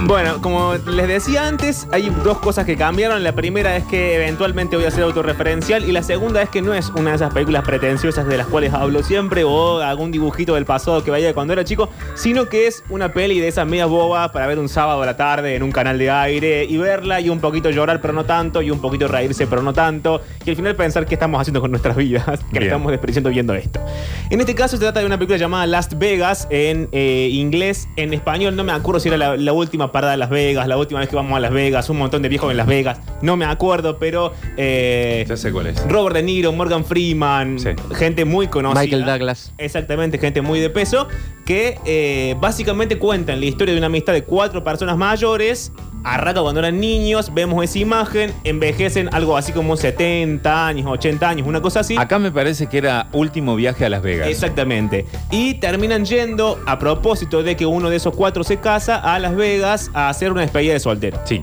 Bueno, como les decía antes, hay dos cosas que cambiaron. La primera es que eventualmente voy a ser autorreferencial y la segunda es que no es una de esas películas pretenciosas de las cuales hablo siempre o algún dibujito del pasado que veía cuando era chico, sino que es una peli de esas medias bobas para ver un sábado a la tarde en un canal de aire y verla y un poquito llorar pero no tanto y un poquito reírse pero no tanto y al final pensar qué estamos haciendo con nuestras vidas, que le estamos desperdiciando viendo esto. En este caso se trata de una película llamada Las Vegas en inglés. En español no me acuerdo si era la última parada de Las Vegas, la última vez que vamos a Las Vegas, un montón de viejos en Las Vegas, no me acuerdo, pero ya sé cuál es. Robert De Niro, Morgan Freeman, sí, gente muy conocida, Michael Douglas, exactamente, gente muy de peso, que básicamente cuentan la historia de una amistad de 4 personas mayores. Arranca cuando eran niños, vemos esa imagen, envejecen algo así como 70 años, 80 años, una cosa así. Acá me parece que era Último Viaje a Las Vegas. Exactamente. Y terminan yendo, a propósito de que uno de esos 4 se casa, a Las Vegas a hacer una despedida de soltero. Sí.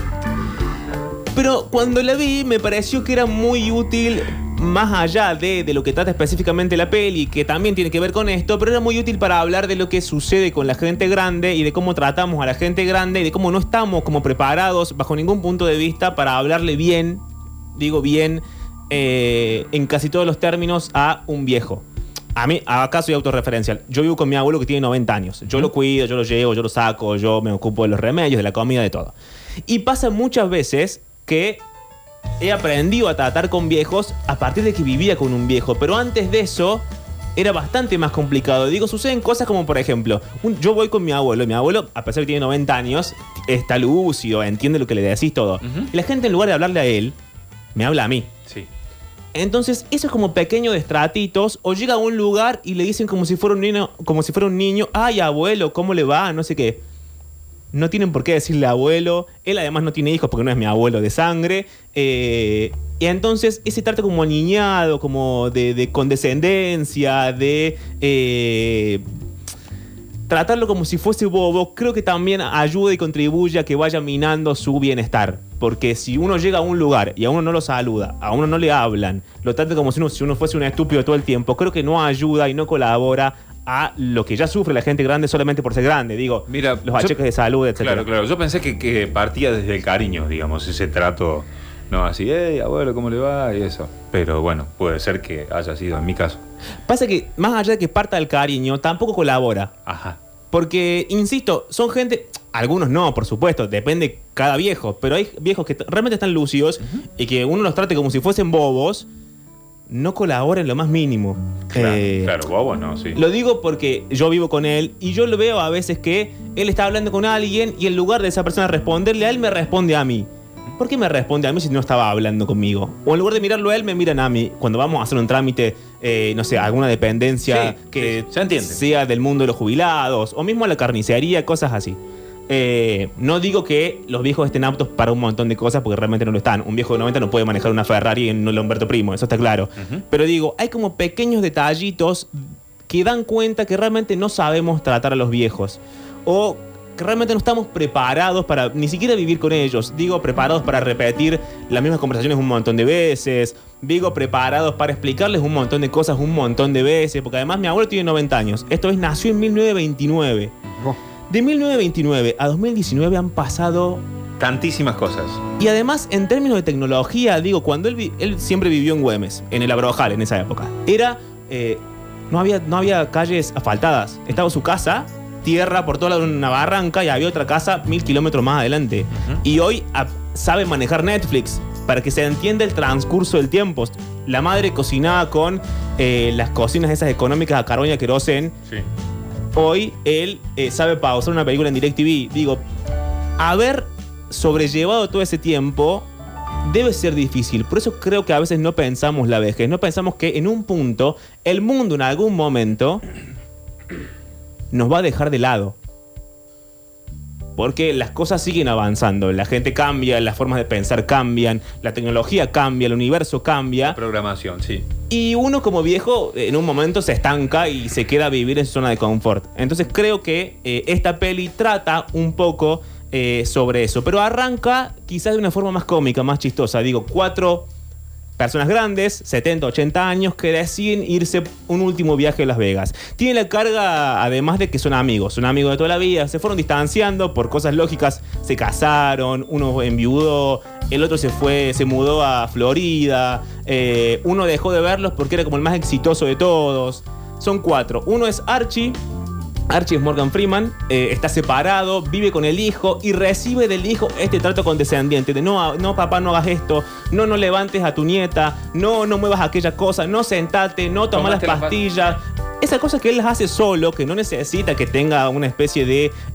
Pero cuando la vi, me pareció que era muy útil, más allá de lo que trata específicamente la peli, que también tiene que ver con esto, pero era muy útil para hablar de lo que sucede con la gente grande y de cómo tratamos a la gente grande y de cómo no estamos como preparados bajo ningún punto de vista para hablarle bien, digo bien, en casi todos los términos a un viejo. A mí, acá soy autorreferencial. Yo vivo con mi abuelo que tiene 90 años. Yo lo cuido, yo lo llevo, yo lo saco, yo me ocupo de los remedios, de la comida, de todo. Y pasa muchas veces que he aprendido a tratar con viejos a partir de que vivía con un viejo, pero antes de eso era bastante más complicado. Digo, suceden cosas como, por ejemplo, yo voy con mi abuelo, a pesar de que tiene 90 años, está lúcido, entiende lo que le decís todo. Y la gente, en lugar de hablarle a él, me habla a mí. Sí. Entonces, eso es como pequeño de estratitos, o llega a un lugar y le dicen como si fuera un niño, ay, abuelo, ¿cómo le va? No sé qué. No tienen por qué decirle abuelo. Él además no tiene hijos porque no es mi abuelo de sangre. Y entonces ese trato como aniñado, como de condescendencia, de tratarlo como si fuese bobo, creo que también ayuda y contribuye a que vaya minando su bienestar. Porque si uno llega a un lugar y a uno no lo saluda, a uno no le hablan, lo trata como si uno fuese un estúpido todo el tiempo, creo que no ayuda y no colabora a lo que ya sufre la gente grande solamente por ser grande. Digo, mira, los achaques de salud, etc. Claro. Yo pensé que partía desde el cariño, digamos, ese trato, no así, hey, abuelo, ¿cómo le va? Y eso. Pero bueno, puede ser que haya sido en mi caso. Pasa que, más allá de que parta del cariño, tampoco colabora. Ajá. Porque, insisto, son gente... Algunos no, por supuesto, depende cada viejo. Pero hay viejos que realmente están lúcidos y que uno los trate como si fuesen bobos, no colabora en lo más mínimo. Claro, bobo no, sí. Lo digo porque yo vivo con él y yo lo veo a veces que él está hablando con alguien y en lugar de esa persona responderle a él, me responde a mí. ¿Por qué me responde a mí si no estaba hablando conmigo? O en lugar de mirarlo a él, me miran a mí. Cuando vamos a hacer un trámite, no sé, alguna dependencia que sea del mundo de los jubilados, o mismo a la carnicería, cosas así. No digo que los viejos estén aptos para un montón de cosas, porque realmente no lo están. Un viejo de 90 no puede manejar una Ferrari en un Lamberto Primo, eso está claro. Pero digo, hay como pequeños detallitos que dan cuenta que realmente no sabemos tratar a los viejos. O que realmente no estamos preparados para ni siquiera vivir con ellos. Digo, preparados para repetir las mismas conversaciones un montón de veces. Digo, preparados para explicarles un montón de cosas un montón de veces. Porque además mi abuelo tiene 90 años. Esto es, nació en 1929. De 1929 a 2019 han pasado tantísimas cosas. Y además, en términos de tecnología, digo, cuando él siempre vivió en Güemes, en el Abrojal, en esa época. No había calles asfaltadas. Estaba su casa, tierra por toda una barranca, y había otra casa 1000 kilómetros más adelante. Y hoy sabe manejar Netflix para que se entienda el transcurso del tiempo. La madre cocinaba con las cocinas esas económicas a carbón y a querosén. Sí. Hoy él sabe pausar una película en DirecTV. Digo, haber sobrellevado todo ese tiempo debe ser difícil. Por eso creo que a veces no pensamos la vejez. No pensamos que en un punto el mundo en algún momento nos va a dejar de lado. Porque las cosas siguen avanzando. La gente cambia, las formas de pensar cambian, la tecnología cambia, el universo cambia. La programación, sí. Y uno como viejo en un momento se estanca y se queda a vivir en su zona de confort. Entonces creo que esta peli trata un poco sobre eso. Pero arranca quizás de una forma más cómica, más chistosa. Digo, 4 personas grandes, 70, 80 años, que deciden irse un último viaje a Las Vegas. Tienen la carga, además de que son amigos de toda la vida, se fueron distanciando por cosas lógicas, se casaron, uno enviudó, el otro se mudó a Florida, uno dejó de verlos porque era como el más exitoso de todos. Son 4. Uno es Archie es Morgan Freeman, está separado, vive con el hijo y recibe del hijo este trato condescendiente de no papá, no hagas esto, no levantes a tu nieta, no muevas aquella cosa, no sentate, no tomas las pastillas. Esa cosa que él las hace solo, que no necesita que tenga una especie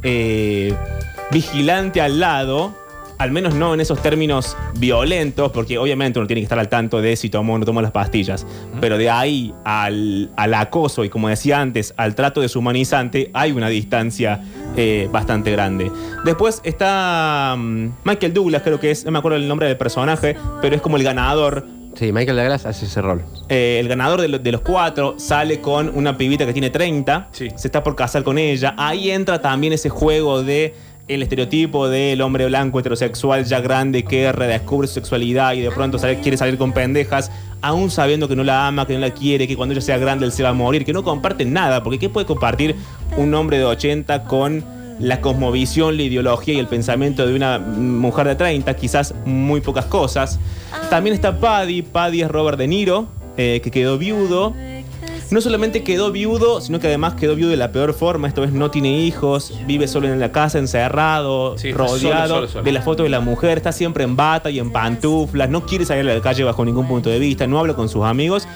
de vigilante al lado, al menos no en esos términos violentos, porque obviamente uno tiene que estar al tanto de si tomó o no tomó las pastillas. Pero de ahí al acoso y, como decía antes, al trato deshumanizante, hay una distancia bastante grande. Después está Michael Douglas, creo que es, no me acuerdo el nombre del personaje, pero es como el ganador. Sí, Michael Douglas hace ese rol. El ganador de los 4 sale con una pibita que tiene 30, sí. Se está por casar con ella. Ahí entra también ese juego de el estereotipo del hombre blanco heterosexual ya grande que redescubre su sexualidad y de pronto quiere salir con pendejas, aún sabiendo que no la ama, que no la quiere, que cuando ella sea grande él se va a morir, que no comparten nada, porque ¿qué puede compartir un hombre de 80 con la cosmovisión, la ideología y el pensamiento de una mujer de 30? Quizás muy pocas cosas. También está Paddy es Robert De Niro, que quedó viudo. No solamente quedó viudo, sino que además quedó viudo de la peor forma. Esta vez no tiene hijos, vive solo en la casa, encerrado, sí, rodeado solo. De la foto de la mujer. Está siempre en bata y en pantuflas, no quiere salir a la calle bajo ningún punto de vista, no habla con sus amigos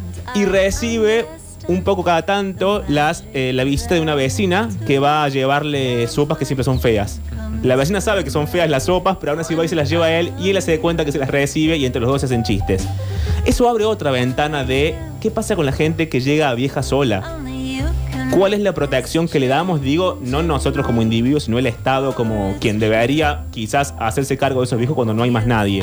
y recibe un poco cada tanto la visita de una vecina que va a llevarle sopas que siempre son feas. La vecina sabe que son feas las sopas, pero aún así va y se las lleva a él y él se da cuenta que se las recibe y entre los dos se hacen chistes. Eso abre otra ventana de qué pasa con la gente que llega a vieja sola. ¿Cuál es la protección que le damos? Digo, no nosotros como individuos, sino el Estado como quien debería quizás hacerse cargo de esos viejos cuando no hay más nadie.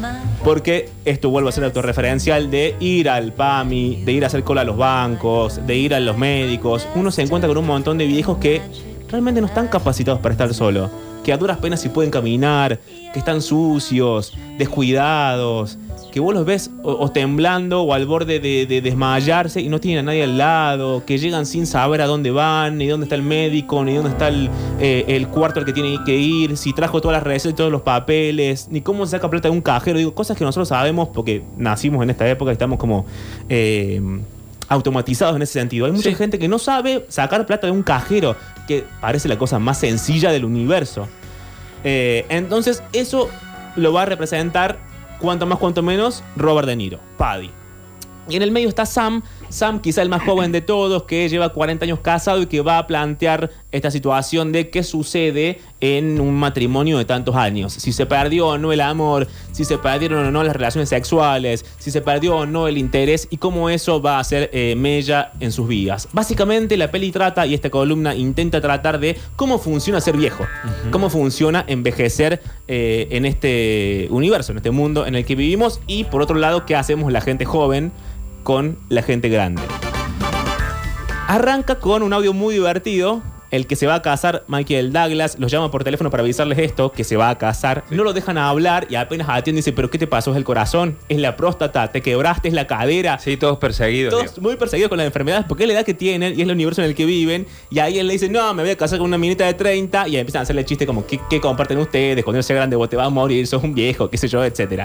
Porque esto vuelve a ser autorreferencial de ir al PAMI, de ir a hacer cola a los bancos, de ir a los médicos. Uno se encuentra con un montón de viejos que realmente no están capacitados para estar solos, que a duras penas sí pueden caminar, que están sucios, descuidados, que vos los ves o temblando o al borde de desmayarse y no tienen a nadie al lado, que llegan sin saber a dónde van, ni dónde está el médico, ni dónde está el cuarto al que tiene que ir, si trajo todas las recetas y todos los papeles, ni cómo se saca plata de un cajero. Digo, cosas que nosotros sabemos porque nacimos en esta época y estamos como automatizados en ese sentido. Hay mucha gente que no sabe sacar plata de un cajero, que parece la cosa más sencilla del universo. Entonces eso lo va a representar cuanto más, cuanto menos, Robert De Niro, Paddy. Y en el medio está Sam, quizá el más joven de todos, que lleva 40 años casado y que va a plantear esta situación de qué sucede en un matrimonio de tantos años. Si se perdió o no el amor, si se perdieron o no las relaciones sexuales, si se perdió o no el interés y cómo eso va a hacer mella en sus vidas. Básicamente la peli trata, y esta columna intenta tratar de cómo funciona ser viejo, cómo funciona envejecer en este universo, en este mundo en el que vivimos y por otro lado, qué hacemos la gente joven con la gente grande. Arranca con un audio muy divertido. El que se va a casar, Michael Douglas, los llama por teléfono para avisarles esto, que se va a casar. Sí. No lo dejan hablar y apenas atiende dice, ¿pero qué te pasó? ¿Es el corazón? ¿Es la próstata? ¿Te quebraste? ¿Es la cadera? Sí, todos perseguidos. Todos muy perseguidos con las enfermedades porque es la edad que tienen y es el universo en el que viven. Y ahí él le dice, no, me voy a casar con una minita de 30. Y empiezan a hacerle chistes como, ¿qué comparten ustedes? Cuando yo sea grande vos te vas a morir, sos un viejo, qué sé yo, etcétera.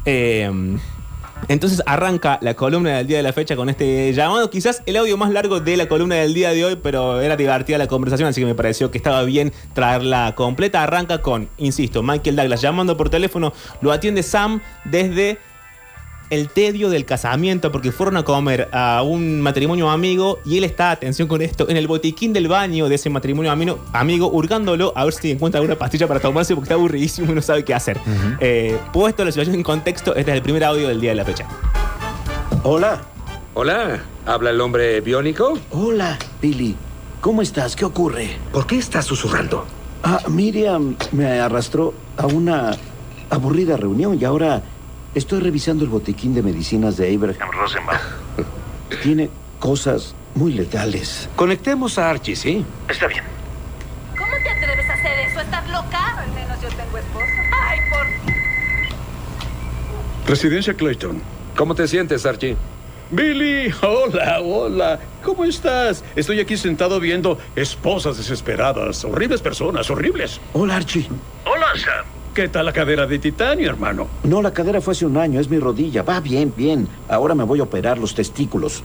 Entonces arranca la columna del día de la fecha con este llamado, quizás el audio más largo de la columna del día de hoy, pero era divertida la conversación, así que me pareció que estaba bien traerla completa. Arranca con, insisto, Michael Douglas llamando por teléfono, lo atiende Sam desde el tedio del casamiento, porque fueron a comer a un matrimonio amigo y él está, atención con esto, en el botiquín del baño de ese matrimonio amigo, hurgándolo a ver si encuentra alguna pastilla para tomarse porque está aburridísimo y no sabe qué hacer. Puesto la situación en contexto, este es el primer audio del día de la fecha. Hola. Hola, ¿habla el hombre biónico? Hola, Billy. ¿Cómo estás? ¿Qué ocurre? ¿Por qué estás susurrando? Miriam me arrastró a una aburrida reunión y ahora estoy revisando el botiquín de medicinas de Abraham Rosenbaum. Tiene cosas muy letales. Conectemos a Archie, ¿sí? Está bien. ¿Cómo te atreves a hacer eso? ¿Estás loca? Al menos yo tengo esposo. ¡Ay, por... Residencia Clayton. ¿Cómo te sientes, Archie? Billy, hola. ¿Cómo estás? Estoy aquí sentado viendo esposas desesperadas. Horribles personas, horribles. Hola, Archie. Hola, Sam. ¿Qué tal la cadera de titanio, hermano? No, la cadera fue hace un año, es mi rodilla. Va bien. Ahora me voy a operar los testículos.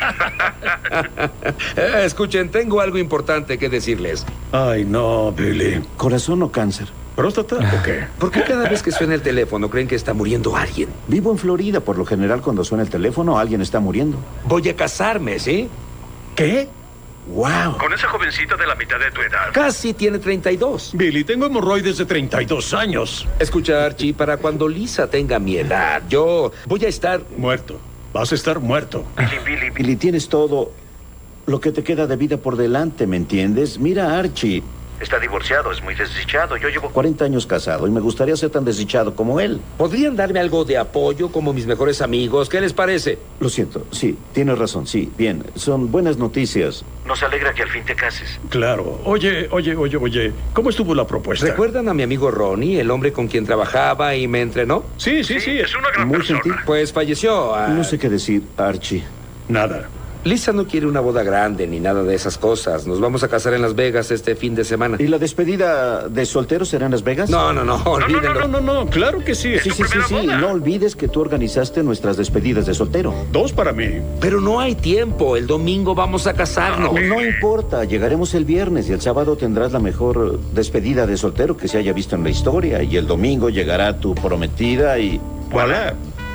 Escuchen, tengo algo importante que decirles. Ay, no, Billy. ¿Corazón o cáncer? ¿Próstata o qué? ¿Por qué cada vez que suena el teléfono creen que está muriendo alguien? Vivo en Florida. Por lo general, cuando suena el teléfono, alguien está muriendo. Voy a casarme, ¿sí? ¿Qué? ¡Wow! Con esa jovencita de la mitad de tu edad. Casi tiene 32. Billy, tengo hemorroides de 32 años. Escucha, Archie, para cuando Lisa tenga mi edad, yo voy a estar... Muerto. Vas a estar muerto. Billy, tienes todo lo que te queda de vida por delante, ¿me entiendes? Mira a Archie. Está divorciado, es muy desdichado. Yo llevo 40 años casado y me gustaría ser tan desdichado como él. ¿Podrían darme algo de apoyo como mis mejores amigos? ¿Qué les parece? Lo siento, sí, tienes razón, sí, bien. Son buenas noticias. Nos alegra que al fin te cases. Claro. Oye. ¿Cómo estuvo la propuesta? ¿Recuerdan a mi amigo Ronnie, el hombre con quien trabajaba y me entrenó? Sí, es una gran Muy persona. gentil. Pues falleció. No sé qué decir, Archie. Nada. Lisa no quiere una boda grande ni nada de esas cosas. Nos vamos a casar en Las Vegas este fin de semana. ¿Y la despedida de solteros será en Las Vegas? No, olvídenlo. No, claro que sí. Sí. No olvides que tú organizaste nuestras despedidas de soltero. 2 para mí. Pero no hay tiempo. El domingo vamos a casarnos. No importa, llegaremos el viernes y el sábado tendrás la mejor despedida de soltero que se haya visto en la historia. Y el domingo llegará tu prometida y... Voilà.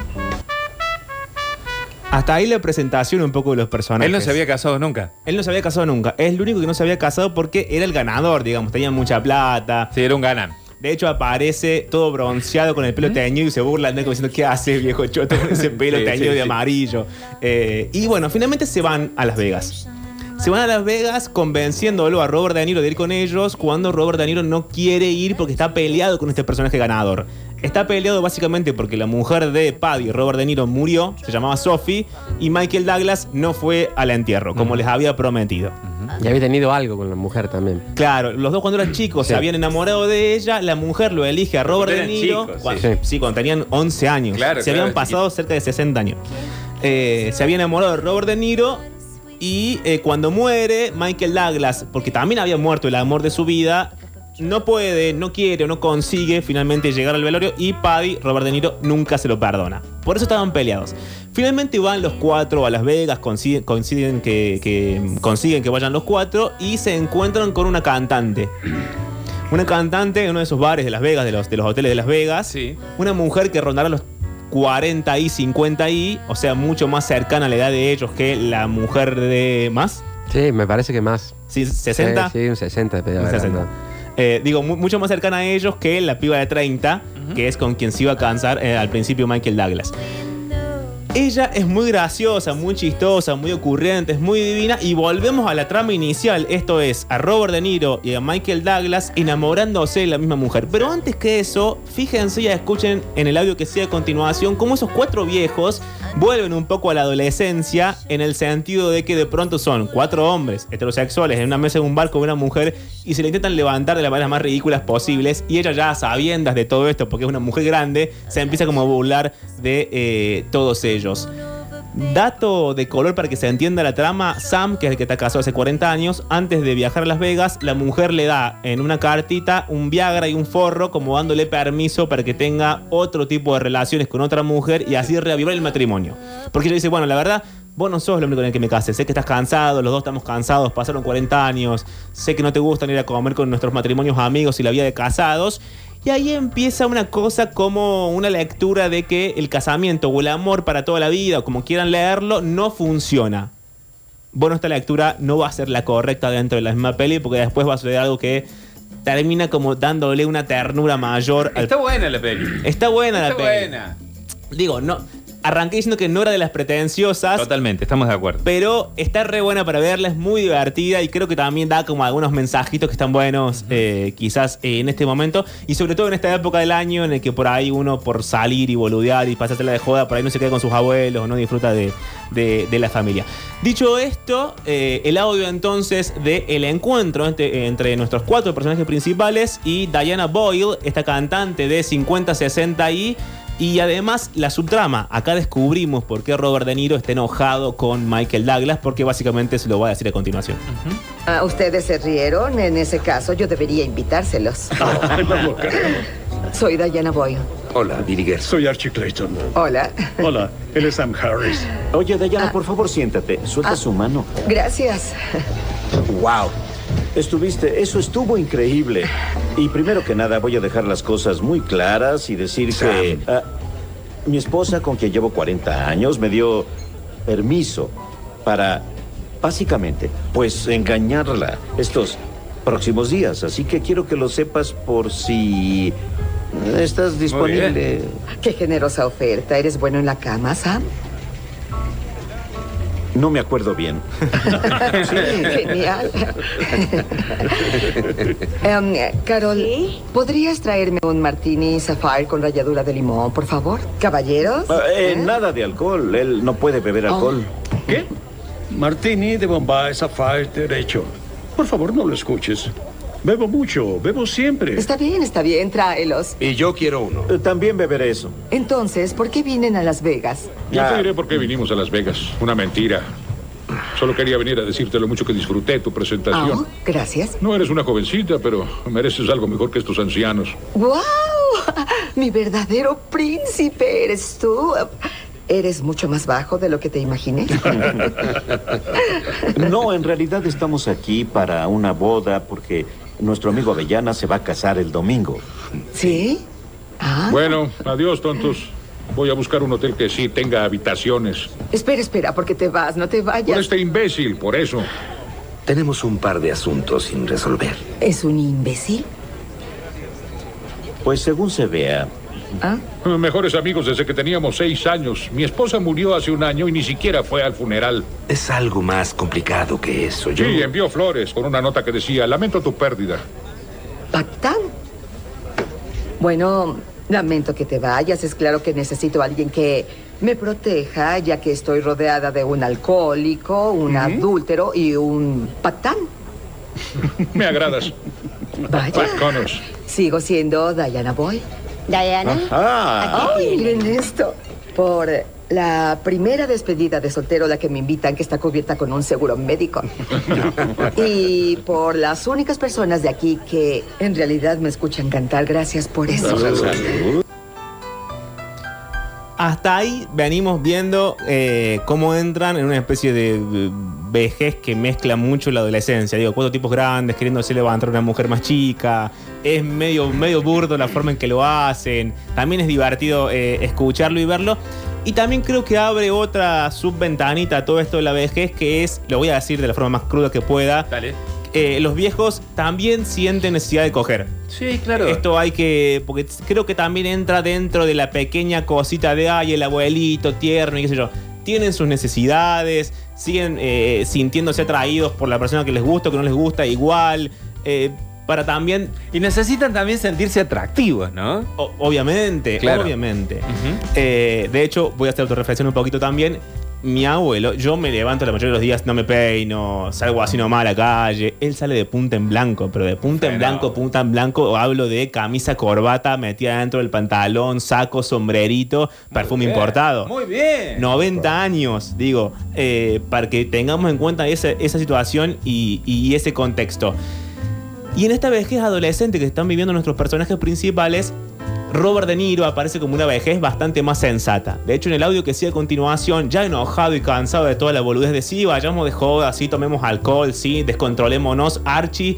Hasta ahí la presentación un poco de los personajes. Él no se había casado nunca. Él no se había casado nunca. Es el único que no se había casado porque era el ganador, digamos. Tenía mucha plata. Sí, era un galán. De hecho, aparece todo bronceado con el pelo teñido y se burlan de él como diciendo, ¿qué hace, viejo choto, con ese pelo teñido de amarillo? Y bueno, finalmente se van a Las Vegas. Se van a Las Vegas convenciéndolo a Robert De Niro de ir con ellos cuando Robert De Niro no quiere ir porque está peleado con este personaje ganador. Está peleado básicamente porque la mujer de Paddy, Robert De Niro, murió, se llamaba Sophie, y Michael Douglas no fue al entierro, como les había prometido. Y había tenido algo con la mujer también. Claro, los dos cuando eran chicos se habían enamorado de ella, la mujer lo elige a Robert De Niro. Cuando tenían 11 años. Se habían pasado cerca de 60 años. Se había enamorado de Robert De Niro y cuando muere Michael Douglas, porque también había muerto el amor de su vida, no puede, no quiere o no consigue finalmente llegar al velorio y Paddy, Robert De Niro, nunca se lo perdona. Por eso estaban peleados. Finalmente van los 4 a Las Vegas, consiguen que vayan los 4 y se encuentran con una cantante. Una cantante en uno de esos bares de Las Vegas, de los hoteles de Las Vegas. Sí. Una mujer que rondará los 40 y 50 y, o sea, mucho más cercana a la edad de ellos que la mujer de más. Sí, me parece que más. ¿Sí? ¿60? Sí, un 60. Un 60. Digo, mucho más cercana a ellos que la piba de 30, que es con quien se iba a casar al principio Michael Douglas. Ella es muy graciosa, muy chistosa, muy ocurrente, es muy divina. Y volvemos a la trama inicial. Esto es a Robert De Niro y a Michael Douglas enamorándose de la misma mujer. Pero antes que eso, fíjense y escuchen en el audio que sigue a continuación cómo esos 4 viejos vuelven un poco a la adolescencia, en el sentido de que de pronto son 4 hombres heterosexuales en una mesa de un bar con una mujer y se le intentan levantar de las maneras más ridículas posibles. Y ella, ya a sabiendas de todo esto, porque es una mujer grande, se empieza como a burlar de todos ellos. Dato de color para que se entienda la trama: Sam, que es el que está casado hace 40 años, antes de viajar a Las Vegas, la mujer le da en una cartita un Viagra y un forro, como dándole permiso para que tenga otro tipo de relaciones con otra mujer y así reavivar el matrimonio. Porque ella dice, bueno, la verdad, vos no sos el hombre con el que me case, sé que estás cansado, los dos estamos cansados, pasaron 40 años, sé que no te gustan ir a comer con nuestros matrimonios amigos y la vida de casados. Y ahí empieza una cosa como una lectura de que el casamiento o el amor para toda la vida, o como quieran leerlo, no funciona. Bueno, esta lectura no va a ser la correcta dentro de la misma peli, porque después va a suceder algo que termina como dándole una ternura mayor. Está buena la peli. Está buena la peli. Está buena. Digo, no... Arranqué diciendo que no era de las pretenciosas. Totalmente, estamos de acuerdo. Pero está re buena para verla, es muy divertida y creo que también da como algunos mensajitos que están buenos, quizás en este momento. Y sobre todo en esta época del año en el que por ahí uno, por salir y boludear y pasársela de joda, por ahí no se queda con sus abuelos, no disfruta de la familia. Dicho esto, el audio entonces del encuentro entre nuestros 4 personajes principales y Diana Boyle, esta cantante de 50, 60 y Y además, la subtrama. Acá descubrimos por qué Robert De Niro está enojado con Michael Douglas, porque básicamente se lo voy a decir a continuación. Ustedes se rieron. En ese caso, yo debería invitárselos. No lo creo. Soy Diana Boyle. Hola, Billy Gerson. Soy Archie Clayton. Hola. Hola, él es Sam Harris. Oye, Diana, por favor, siéntate. Suelta su mano. Gracias. ¡Wow! Eso estuvo increíble. Y primero que nada, voy a dejar las cosas muy claras y decir que mi esposa, con quien llevo 40 años, me dio permiso para, básicamente, pues engañarla estos próximos días. Así que quiero que lo sepas por si estás disponible. Qué generosa oferta. ¿Eres bueno en la cama, Sam? No me acuerdo bien. Genial. Carol, ¿Sí? ¿podrías traerme un martini Sapphire con ralladura de limón, por favor? ¿Caballeros? Nada de alcohol. Él no puede beber alcohol. ¿Qué? Martini de Bombay, Sapphire, derecho. Por favor, no lo escuches. Bebo mucho, bebo siempre. Está bien, tráelos. Y yo quiero uno. También beberé eso. Entonces, ¿por qué vienen a Las Vegas? Yo te diré por qué vinimos a Las Vegas. Una mentira. Solo quería venir a decirte lo mucho que disfruté tu presentación. Oh, gracias. No eres una jovencita, pero mereces algo mejor que estos ancianos. ¡Wow! Mi verdadero príncipe eres tú. Eres mucho más bajo de lo que te imaginé. No, en realidad estamos aquí para una boda porque nuestro amigo Avellana se va a casar el domingo. ¿Sí? Bueno, adiós, tontos. Voy a buscar un hotel que sí tenga habitaciones. Espera, porque te vas, no te vayas. Por este imbécil, por eso. Tenemos un par de asuntos sin resolver. ¿Es un imbécil? Pues según se vea. Mejores amigos desde que teníamos 6 años. Mi esposa murió hace 1 año y ni siquiera fue al funeral. Es algo más complicado que eso. Yo... Sí, envió flores con una nota que decía: lamento tu pérdida. ¿Pactan? Bueno, lamento que te vayas. Es claro que necesito a alguien que me proteja, ya que estoy rodeada de un alcohólico, un adúltero y un patán. Me agradas. Vaya. Pat Connors. Sigo siendo Diana Boyle. Diana. ¡Ay, miren esto! Por la primera despedida de soltero, la que me invitan, que está cubierta con un seguro médico. Y por las únicas personas de aquí que en realidad me escuchan cantar. Gracias por eso. Hasta ahí venimos viendo cómo entran en una especie de vejez que mezcla mucho la adolescencia. Digo, 4 tipos grandes queriéndose levantar a una mujer más chica. Es medio burdo la forma en que lo hacen. También es divertido escucharlo y verlo. Y también creo que abre otra subventanita a todo esto de la vejez, que es, lo voy a decir de la forma más cruda que pueda. Dale. Los viejos también sienten necesidad de coger. Sí, claro. Esto hay que... Porque creo que también entra dentro de la pequeña cosita de, ay, el abuelito tierno y qué sé yo. Tienen sus necesidades, siguen sintiéndose atraídos por la persona que les gusta o que no les gusta igual. Para también... Y necesitan también sentirse atractivos, ¿no? Obviamente, Claro. obviamente. De hecho, voy a hacer autorreflexión un poquito también. Mi abuelo, yo me levanto la mayoría de los días, no me peino, salgo así nomás a la calle. Él sale de punta en blanco, pero de punta en blanco, hablo de camisa, corbata, metida dentro del pantalón, saco, sombrerito, perfume importado. Muy bien. 90 años, digo, para que tengamos en cuenta esa situación y ese contexto. Y en esta vejez adolescente que están viviendo nuestros personajes principales, Robert De Niro aparece como una vejez bastante más sensata. De hecho, en el audio que sigue a continuación, ya enojado y cansado de toda la boludez de sí, vayamos de joda, sí, tomemos alcohol, sí, descontrolémonos, Archie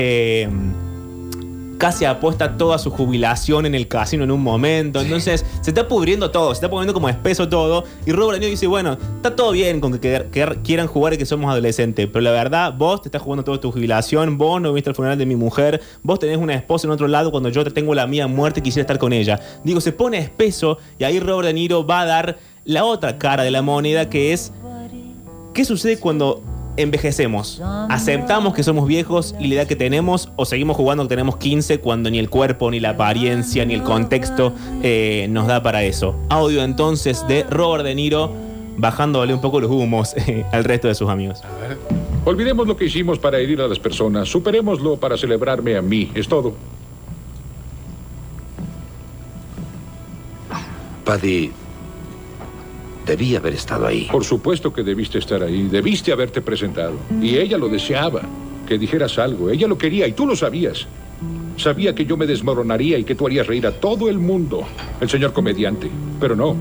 casi apuesta toda su jubilación en el casino en un momento. Entonces se está pudriendo todo, se está poniendo como espeso todo. Y Robert De Niro dice, bueno, está todo bien con que quieran jugar y que somos adolescentes, pero la verdad, vos te estás jugando toda tu jubilación, vos no viste el funeral de mi mujer, vos tenés una esposa en otro lado cuando yo tengo la mía muerta y quisiera estar con ella. Digo, se pone espeso y ahí Robert De Niro va a dar la otra cara de la moneda, que es ¿qué sucede cuando envejecemos? ¿Aceptamos que somos viejos y la edad que tenemos, o seguimos jugando que tenemos 15 cuando ni el cuerpo, ni la apariencia, ni el contexto nos da para eso? Audio entonces de Robert De Niro bajándole un poco los humos al resto de sus amigos. A ver. Olvidemos lo que hicimos para herir a las personas. Superémoslo para celebrarme a mí. Es todo. Paddy, debí haber estado ahí. Por supuesto que debiste estar ahí. Debiste haberte presentado. Y ella lo deseaba. Que dijeras algo. Ella lo quería y tú lo sabías. Sabía que yo me desmoronaría y que tú harías reír a todo el mundo. El señor comediante. Pero no.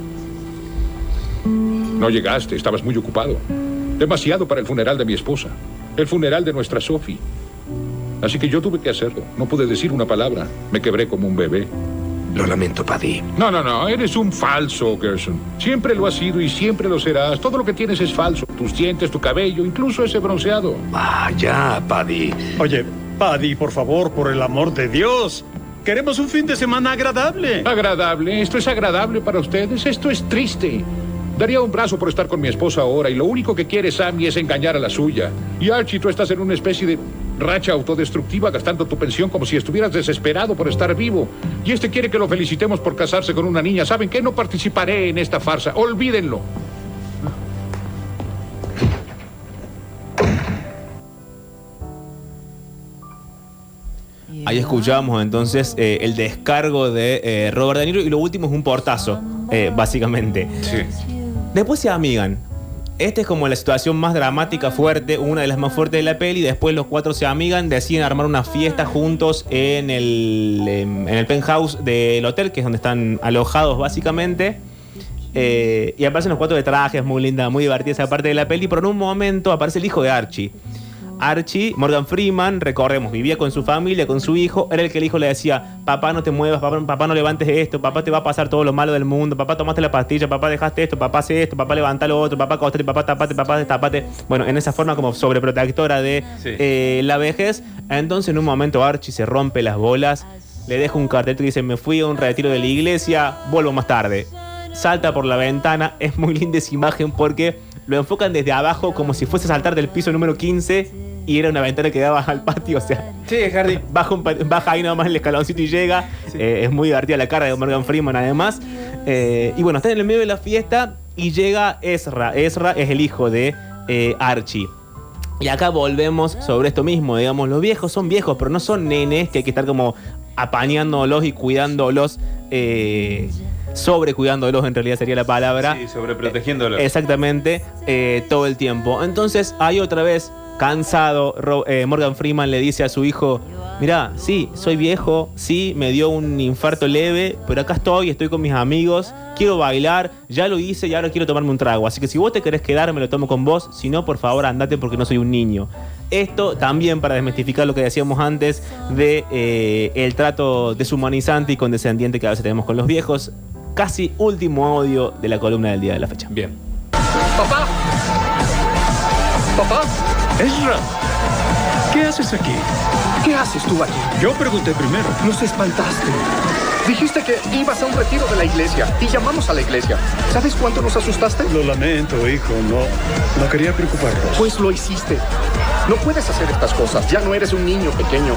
No llegaste. Estabas muy ocupado. Demasiado para el funeral de mi esposa. El funeral de nuestra Sophie. Así que yo tuve que hacerlo. No pude decir una palabra. Me quebré como un bebé. Lo lamento, Paddy. No. Eres un falso, Gerson. Siempre lo has sido y siempre lo serás. Todo lo que tienes es falso. Tus dientes, tu cabello, incluso ese bronceado. Ah, ya, Paddy. Oye, Paddy, por favor, por el amor de Dios. Queremos un fin de semana agradable. ¿Agradable? ¿Esto es agradable para ustedes? Esto es triste. Daría un brazo por estar con mi esposa ahora y lo único que quiere Sammy es engañar a la suya. Y Archie, tú estás en una especie de racha autodestructiva gastando tu pensión como si estuvieras desesperado por estar vivo. Y este quiere que lo felicitemos por casarse con una niña. ¿Saben qué? No participaré en esta farsa. Olvídenlo. Ahí escuchábamos entonces el descargo de Robert De Niro y lo último es un portazo, básicamente. Sí. Después se amigan. Esta es como la situación más dramática, fuerte, una de las más fuertes de la peli. Después los cuatro se amigan, deciden armar una fiesta juntos en el penthouse del hotel, que es donde están alojados básicamente. Y aparecen los cuatro de trajes, muy linda, muy divertida esa parte de la peli. Pero en un momento aparece el hijo de Archie. Archie, Morgan Freeman, recordemos, vivía con su familia, con su hijo. Era el que el hijo le decía: papá, no te muevas, papá, no levantes esto, papá, te va a pasar todo lo malo del mundo, papá, tomaste la pastilla, papá, dejaste esto, papá, hace esto, papá, levanta lo otro, papá, acostate, papá, tapate, papá, destapate. Bueno, en esa forma como sobreprotectora de la vejez. Entonces en un momento Archie se rompe las bolas, le deja un cartel que dice: me fui a un retiro de la iglesia, vuelvo más tarde. Salta por la ventana. Es muy linda esa imagen porque lo enfocan desde abajo como si fuese a saltar del piso número 15 y era una ventana que daba al patio, o sea, Sí, Hardy. baja ahí nomás el escaloncito y llega. Es muy divertida la cara de Morgan Freeman además. Y bueno, están en el medio de la fiesta y llega Ezra. Ezra es el hijo de Archie. Y acá volvemos sobre esto mismo, digamos, los viejos son viejos, pero no son nenes que hay que estar como apañándolos y cuidándolos, sobrecuidándolos en realidad sería la palabra. Sí, sobreprotegiéndolos. Exactamente, todo el tiempo. Entonces, ahí otra vez, cansado, Morgan Freeman le dice a su hijo: mirá, sí, soy viejo, sí, me dio un infarto leve, pero acá estoy con mis amigos, quiero bailar, ya lo hice y ahora quiero tomarme un trago. Así que si vos te querés quedar, me lo tomo con vos, si no, por favor, andate porque no soy un niño. Esto también para desmistificar lo que decíamos antes de el trato deshumanizante y condescendiente que a veces tenemos con los viejos. Casi último audio de la columna del día de la fecha. Bien. ¡Papá! ¡Papá! ¡Ezra! ¿Qué haces aquí? ¿Qué haces tú aquí? Yo pregunté primero. Nos espantaste. Dijiste que ibas a un retiro de la iglesia y llamamos a la iglesia. ¿Sabes cuánto nos asustaste? Lo lamento, hijo. No quería preocuparlos. Pues lo hiciste. No puedes hacer estas cosas. Ya no eres un niño pequeño.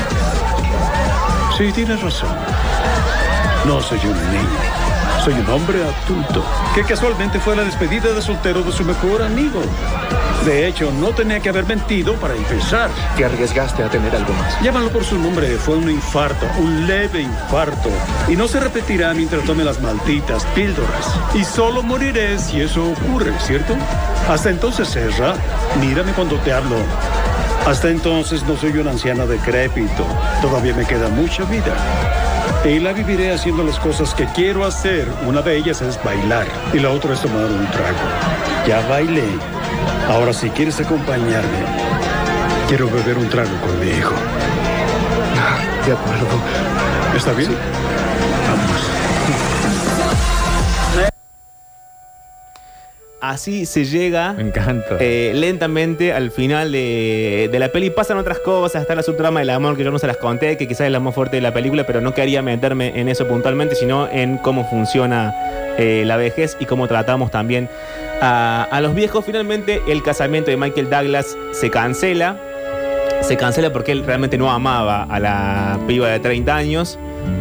Sí, tienes razón. No soy un niño. Soy un hombre adulto, que casualmente fue la despedida de soltero de su mejor amigo. De hecho, no tenía que haber mentido para empezar. Te arriesgaste a tener algo más. Llámalo por su nombre, fue un infarto, un leve infarto. Y no se repetirá mientras tome las malditas píldoras. Y solo moriré si eso ocurre, ¿cierto? Hasta entonces, Ezra, mírame cuando te hablo. Hasta entonces no soy una anciana decrépito. Todavía me queda mucha vida. Y la viviré haciendo las cosas que quiero hacer. Una de ellas es bailar y la otra es tomar un trago. Ya bailé. Ahora, si quieres acompañarme, quiero beber un trago con mi hijo. De acuerdo. ¿Está bien? Sí. Vamos. Así se llega. Me encanta. Lentamente al final de la peli. Pasan otras cosas. Está la subtrama del amor que yo no se las conté, que quizás es la más fuerte de la película, pero no quería meterme en eso puntualmente, sino en cómo funciona la vejez y cómo tratamos también a los viejos. Finalmente el casamiento de Michael Douglas se cancela. Se cancela porque él realmente no amaba a la piba de 30 años.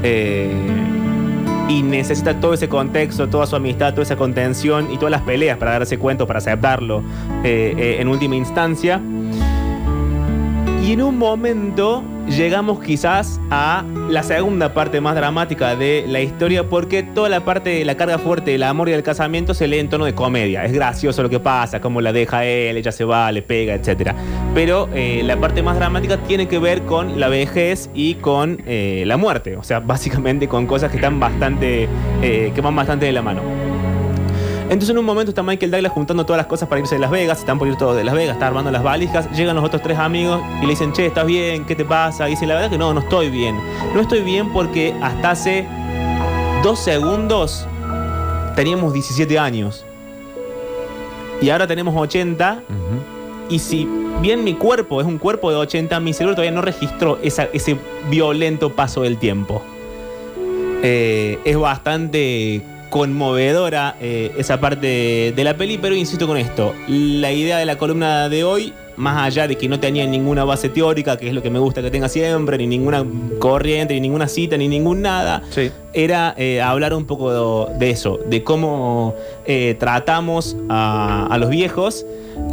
Y necesita todo ese contexto, toda su amistad, toda esa contención y todas las peleas para darse cuenta, para aceptarlo en última instancia. Y en un momento llegamos quizás a la segunda parte más dramática de la historia, porque toda la parte de la carga fuerte del amor y del casamiento se lee en tono de comedia. Es gracioso lo que pasa, cómo la deja él, ella se va, le pega, etc. Pero la parte más dramática tiene que ver con la vejez y con la muerte. O sea, básicamente con cosas que están bastante, que van bastante de la mano. Entonces en un momento está Michael Douglas juntando todas las cosas para irse de Las Vegas. Están por ir todos de Las Vegas, está armando las valijas. Llegan los otros tres amigos y le dicen, che, ¿estás bien? ¿Qué te pasa? Y dice, la verdad que no estoy bien. No estoy bien porque hasta hace 2 segundos teníamos 17 años. Y ahora tenemos 80. Y si bien mi cuerpo es un cuerpo de 80, mi cerebro todavía no registró ese violento paso del tiempo. Es bastante conmovedora esa parte de la peli, pero insisto con esto, la idea de la columna de hoy, más allá de que no tenía ninguna base teórica, que es lo que me gusta que tenga siempre, ni ninguna corriente, ni ninguna cita, ni ningún nada, sí, era hablar un poco de eso, de cómo tratamos a los viejos,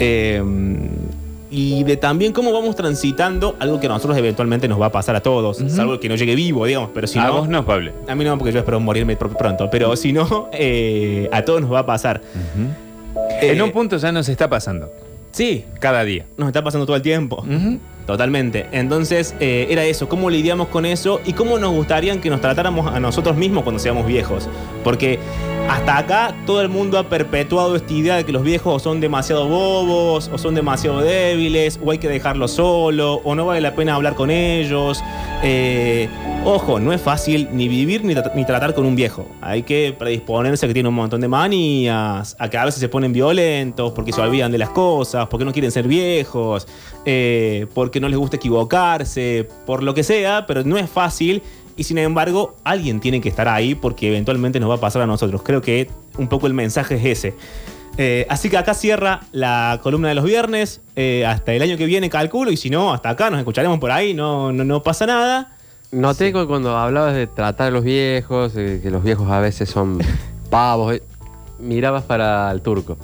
y de también cómo vamos transitando algo que a nosotros eventualmente nos va a pasar a todos, salvo que no llegue vivo, digamos, pero si no... A vos no, Pablo. A mí no, porque yo espero morirme pronto, pero si no, a todos nos va a pasar. En un punto ya nos está pasando. Sí. Cada día. Nos está pasando todo el tiempo. Totalmente. Entonces, era eso, cómo lidiamos con eso y cómo nos gustaría que nos tratáramos a nosotros mismos cuando seamos viejos. Porque hasta acá todo el mundo ha perpetuado esta idea de que los viejos son demasiado bobos, o son demasiado débiles, o hay que dejarlos solo, o no vale la pena hablar con ellos. Ojo, no es fácil ni vivir ni tratar con un viejo. Hay que predisponerse a que tiene un montón de manías, a que a veces se ponen violentos porque se olvidan de las cosas, porque no quieren ser viejos, porque no les gusta equivocarse, por lo que sea, pero no es fácil. Y sin embargo, alguien tiene que estar ahí porque eventualmente nos va a pasar a nosotros. Creo que un poco el mensaje es ese. Así que acá cierra la columna de los viernes. Hasta el año que viene calculo. Y si no, hasta acá nos escucharemos por ahí. No pasa nada. Noté que cuando hablabas de tratar a los viejos, que los viejos a veces son pavos, mirabas para el turco.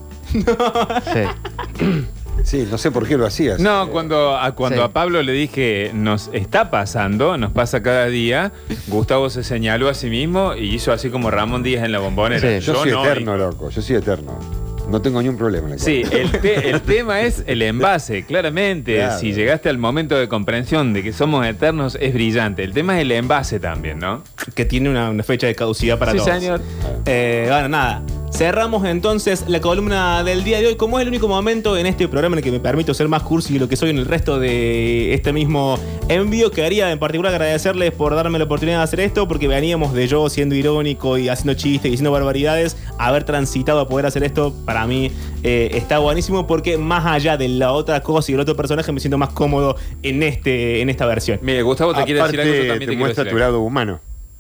Sí. Sí, no sé por qué lo hacías. No, cuando a Pablo le dije, nos está pasando, nos pasa cada día, Gustavo se señaló a sí mismo y hizo así como Ramón Díaz en La Bombonera. Sí, yo soy eterno, loco, yo soy eterno. No tengo ni un problema. Sí, el tema es el envase, claramente. Claro. Si llegaste al momento de comprensión de que somos eternos, es brillante. El tema es el envase también, ¿no? Que tiene una fecha de caducidad para todos. Sí, señor. Bueno, nada. Cerramos entonces la columna del día de hoy. Como es el único momento en este programa en el que me permito ser más cursi de lo que soy en el resto de este mismo envío, quedaría en particular agradecerles por darme la oportunidad de hacer esto, porque veníamos de yo siendo irónico y haciendo chistes y diciendo barbaridades. Haber transitado a poder hacer esto, para mí está buenísimo, porque más allá de la otra cosa y el otro personaje, me siento más cómodo en esta versión. Mire, Gustavo te quiere decir algo, yo también te muestra tu lado humano.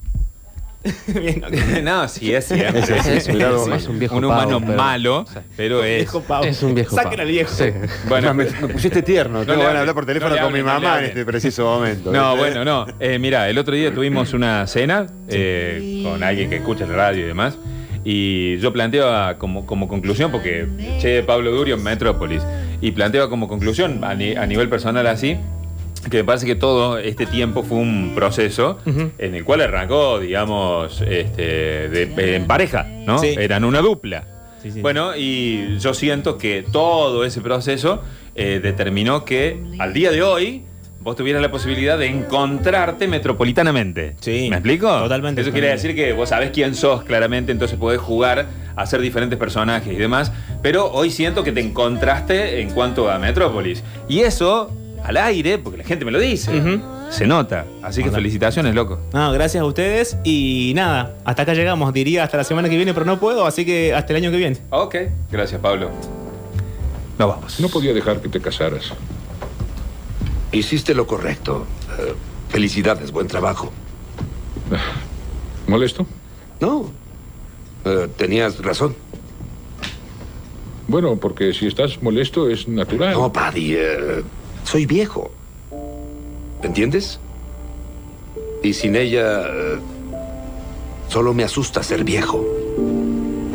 No, sí, es cierto. Es un viejo humano malo, pero es un viejo Saquen al viejo. Sí. Bueno, me pusiste tierno. Tengo ganas de hablar por teléfono con mi mamá en este preciso momento. No, bueno, no. Mira, el otro día tuvimos una cena con alguien que escucha la radio y demás. Y yo planteaba como conclusión, porque eché Pablo Durio en Metrópolis, y planteaba como conclusión a nivel personal así, que me parece que todo este tiempo fue un proceso en el cual arrancó, digamos, en pareja, ¿no? Sí. Eran una dupla. Sí. Bueno, y yo siento que todo ese proceso determinó que al día de hoy vos tuvieras la posibilidad de encontrarte metropolitanamente. Sí. ¿Me explico? Totalmente. Eso quiere decir que vos sabés quién sos claramente, entonces podés jugar a ser diferentes personajes y demás, pero hoy siento que te encontraste en cuanto a Metrópolis. Y eso, al aire, porque la gente me lo dice, se nota. Así que felicitaciones, loco. No, gracias a ustedes. Y nada, hasta acá llegamos. Diría hasta la semana que viene, pero no puedo, así que hasta el año que viene. Ok, gracias, Pablo. Nos vamos. No podía dejar que te casaras. Hiciste lo correcto. Felicidades, buen trabajo. ¿Molesto? No. Tenías razón. Bueno, porque si estás molesto es natural. No, Paddy, soy viejo. ¿Entiendes? Y sin ella, solo me asusta ser viejo.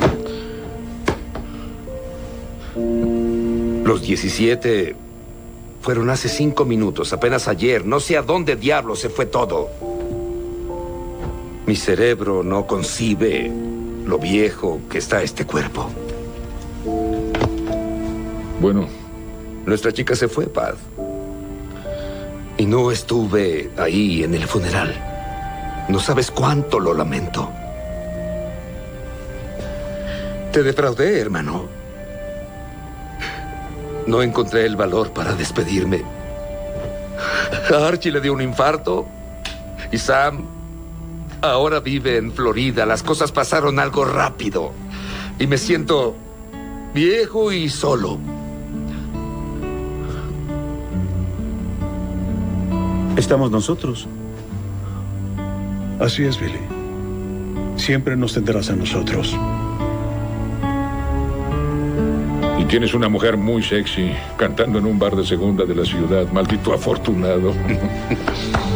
Los 17 Fueron hace 5 minutos, apenas ayer. No sé a dónde diablo se fue todo. Mi cerebro no concibe lo viejo que está este cuerpo. Bueno. Nuestra chica se fue, Paz. Y no estuve ahí en el funeral. No sabes cuánto lo lamento. Te defraudé, hermano. No encontré el valor para despedirme. A Archie le dio un infarto. Y Sam ahora vive en Florida. Las cosas pasaron algo rápido. Y me siento viejo y solo. Estamos nosotros. Así es, Billy. Siempre nos tendrás a nosotros. Y tienes una mujer muy sexy cantando en un bar de segunda de la ciudad. Maldito afortunado.